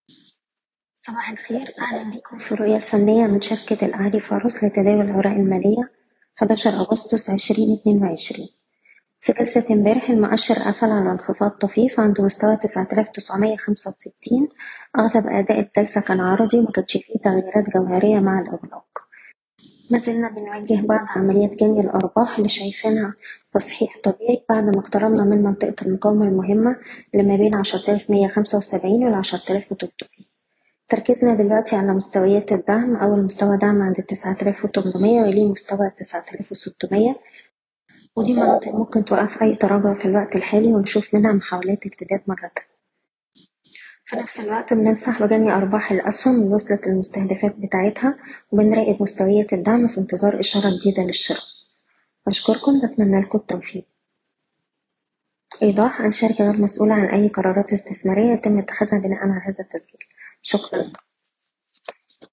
صباح الخير، أهلا بكم في الرؤية الفنية من شركة الأهلي فارس لتداول الأوراق المالية 11 أغسطس 2022. في جلسة امبارح المؤشر قفل على انخفاض طفيف عند مستوى 9965. أغلب أداء الجلسة كان عرضي ومكانش فيه تغييرات جوهرية مع الإغلاق. ما زلنا بنواجه بعض عمليات جني الأرباح اللي شايفينها تصحيح طبيعي بعد ما اقتربنا من منطقة المقاومة المهمة اللي ما بين 10175 وال 10300. تركيزنا دلوقتي على مستويات الدعم. أول مستوى دعم عند 9800 ويليه مستوى 9600، ودي مناطق ممكن توقف أي تراجع في الوقت الحالي ونشوف منها محاولات ارتداد مرة تانية. في نفس الوقت بننصح بجني أرباح الأسهم اللي وصلت للمستهدفات بتاعتها، وبنراقب مستويات الدعم في انتظار إشارة جديدة للشراء. أشكركم، بتمنى لكم التوفيق. إيضاح: الشركة غير مسؤولة عن أي قرارات استثمارية يتم اتخاذها بناء على هذا التسجيل. شكرا.